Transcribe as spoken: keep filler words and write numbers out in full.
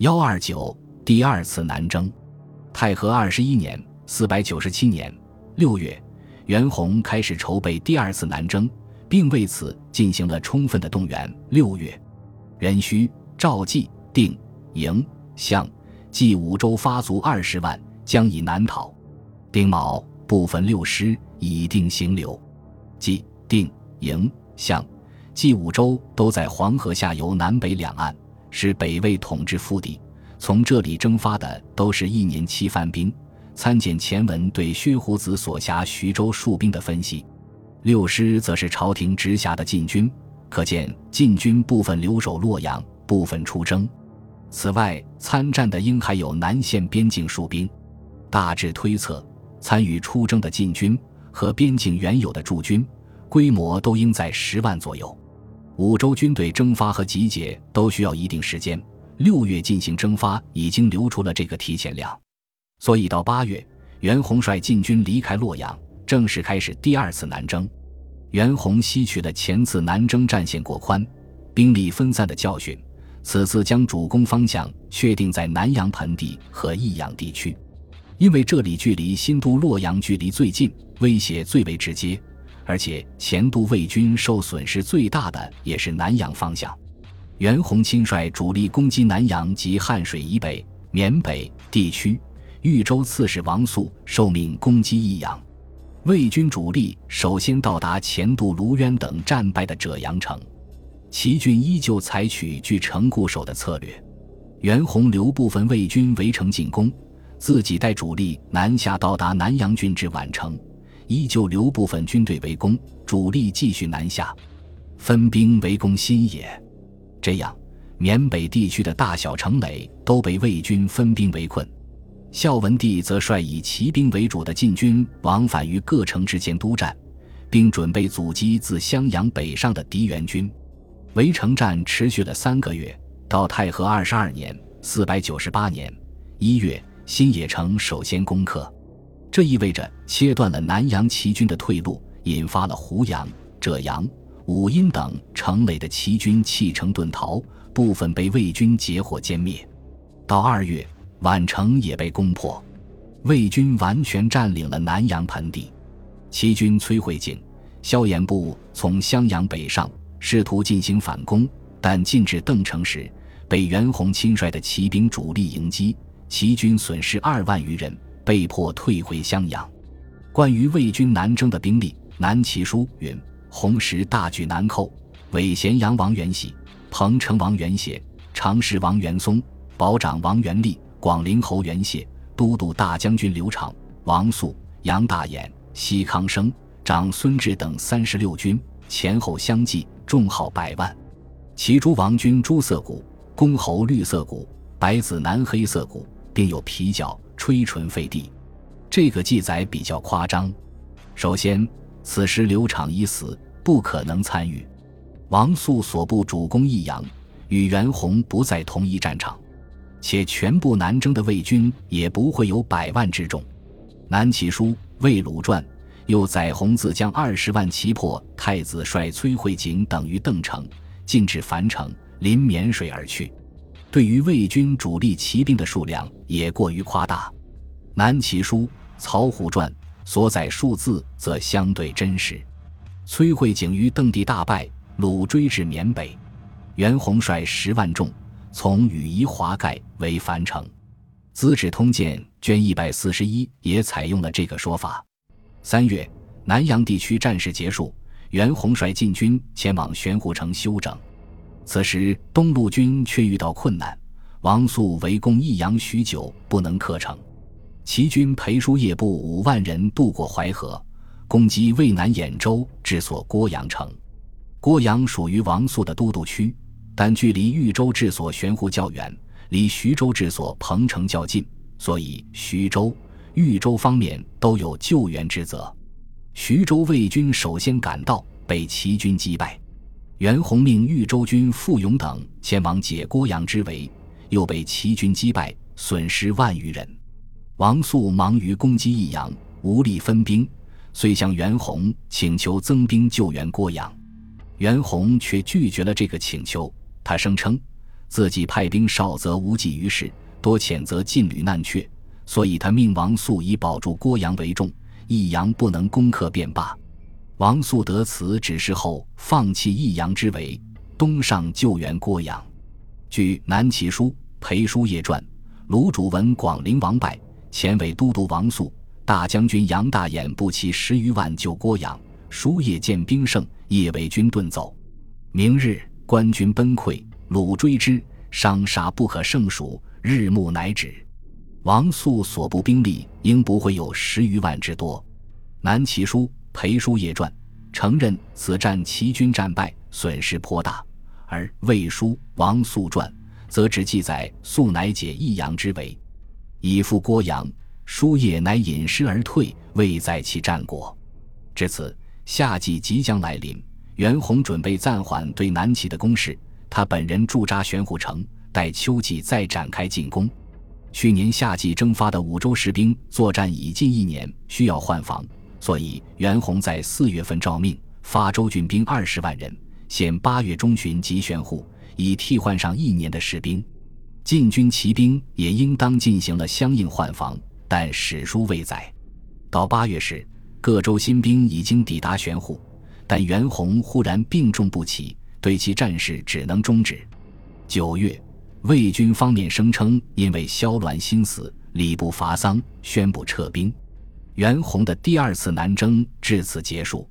一二九第二次南征。太和二十一年四百九十七年六月，袁弘开始筹备第二次南征，并为此进行了充分的动员。六月，壬戌、赵济、定、营、向、冀五州发卒二十万，将以南讨。丁卯，部分六师以定行流。冀、定、营、向、冀五州都在黄河下游南北两岸，是北魏统治腹地，从这里征发的都是一年期番兵。参见前文对薛胡子所辖徐州戍兵的分析。六师则是朝廷直辖的禁军，可见禁军部分留守洛阳，部分出征。此外，参战的应还有南线边境戍兵。大致推测，参与出征的禁军和边境原有的驻军规模都应在十万左右。五州军队征发和集结都需要一定时间，六月进行征发已经留出了这个提前量。所以到八月，袁弘率禁军离开洛阳，正式开始第二次南征。袁弘吸取了前次南征战线过宽、兵力分散的教训，此次将主攻方向确定在南阳盆地和益阳地区，因为这里距离新都洛阳距离最近，威胁最为直接，而且前都魏军受损失最大的也是南阳方向。袁弘亲率主力攻击南阳及汉水以北、缅北地区，豫州刺史王肃受命攻击益阳。魏军主力首先到达前渡卢渊等战败的赭阳城，齐军依旧采取据城固守的策略。袁弘留部分魏军围城进攻，自己带主力南下到达南阳郡至宛城，依旧留部分军队围攻，主力继续南下，分兵围攻新野。这样，缅北地区的大小城垒都被魏军分兵围困。孝文帝则率以骑兵为主的禁军往返于各城之间督战，并准备阻击自襄阳北上的敌援军。围城战持续了三个月，到太和二十二年四百九十八年一月，新野城首先攻克，这意味着切断了南阳齐军的退路，引发了湖阳、赭阳、武阴等城垒的齐军弃城遁逃，部分被魏军截获歼灭。到二月，宛城也被攻破，魏军完全占领了南阳盆地。齐军崔慧景、萧衍部从襄阳北上，试图进行反攻，但进至邓城时，被袁弘亲率的骑兵主力迎击，齐军损失二万余人，被迫退回襄阳。关于魏军南征的兵力，南齐书云：洪石大举南寇，伪咸阳王元喜、彭城王元协、长石王元松、保长王元立、广陵侯元谢、都督大将军刘畅、王肃、杨大眼、西康生、长孙志等三十六军前后相继，众号百万。齐诸王军朱色骨、公侯绿色骨、白子南黑色骨，并有皮角、吹唇废地。这个记载比较夸张。首先，此时刘畅已死，不可能参与。王肃所部主攻益阳，与袁弘不在同一战场，且全部南征的魏军也不会有百万之众。南齐书魏鲁传又载弘自将二十万骑破太子率崔慧景等于邓城，进至樊城，临沔水而去。对于魏军主力骑兵的数量也过于夸大。南齐书曹虎传所载数字则相对真实。崔慧景于邓地大败，鲁追至缅北，袁弘率十万众从羽夷华盖为樊城。资治通鉴卷一百四十一也采用了这个说法。三月，南阳地区战事结束，袁弘率禁军前往玄湖城休整。此时东路军却遇到困难，王肃围攻益阳许久，不能克城。齐军裴叔夜部五万人渡过淮河，攻击渭南兖州治所郭阳城。郭阳属于王肃的都督区，但距离豫州治所玄湖较远，离徐州治所彭城较近，所以徐州、豫州方面都有救援之责。徐州魏军首先赶到，被齐军击败。袁弘命豫州军傅勇等前往解郭阳之围，又被齐军击败，损失万余人。王肃忙于攻击益阳，无力分兵，遂向袁弘请求增兵救援郭阳。袁弘却拒绝了这个请求，他声称自己派兵少则无济于事，多谴责劲旅难却，所以他命王肃以保住郭阳为重，益阳不能攻克便罢。王肃得此指示后，放弃益阳之围，东上救援郭阳。据《南齐书·裴叔夜传》，卢主闻广陵王败，前为都督王肃、大将军杨大眼步骑十余万救郭阳。书夜见兵胜，夜为军遁走。明日官军奔溃，鲁追之，伤杀不可胜数，日暮乃止。王肃所部兵力应不会有十余万之多。南齐书《裴叔夜传》承认此战齐军战败，损失颇大，而魏书《王肃传》则只记载肃乃解益阳之围，以赴郭阳，书夜乃引师而退，未在其战果。至此，夏季即将来临，袁弘准备暂缓对南齐的攻势，他本人驻扎玄户城，待秋季再展开进攻。去年夏季征发的五州士兵作战已近一年，需要换防，所以袁弘在四月份诏命发州郡兵二十万人，限八月中旬集玄户，以替换上一年的士兵。晋军骑兵也应当进行了相应换防，但史书未载。到八月时，各州新兵已经抵达玄户，但袁弘忽然病重不起，对其战事只能终止。九月，魏军方面声称因为萧鸾心死，礼部伐丧，宣布撤兵。袁弘的第二次南征至此结束。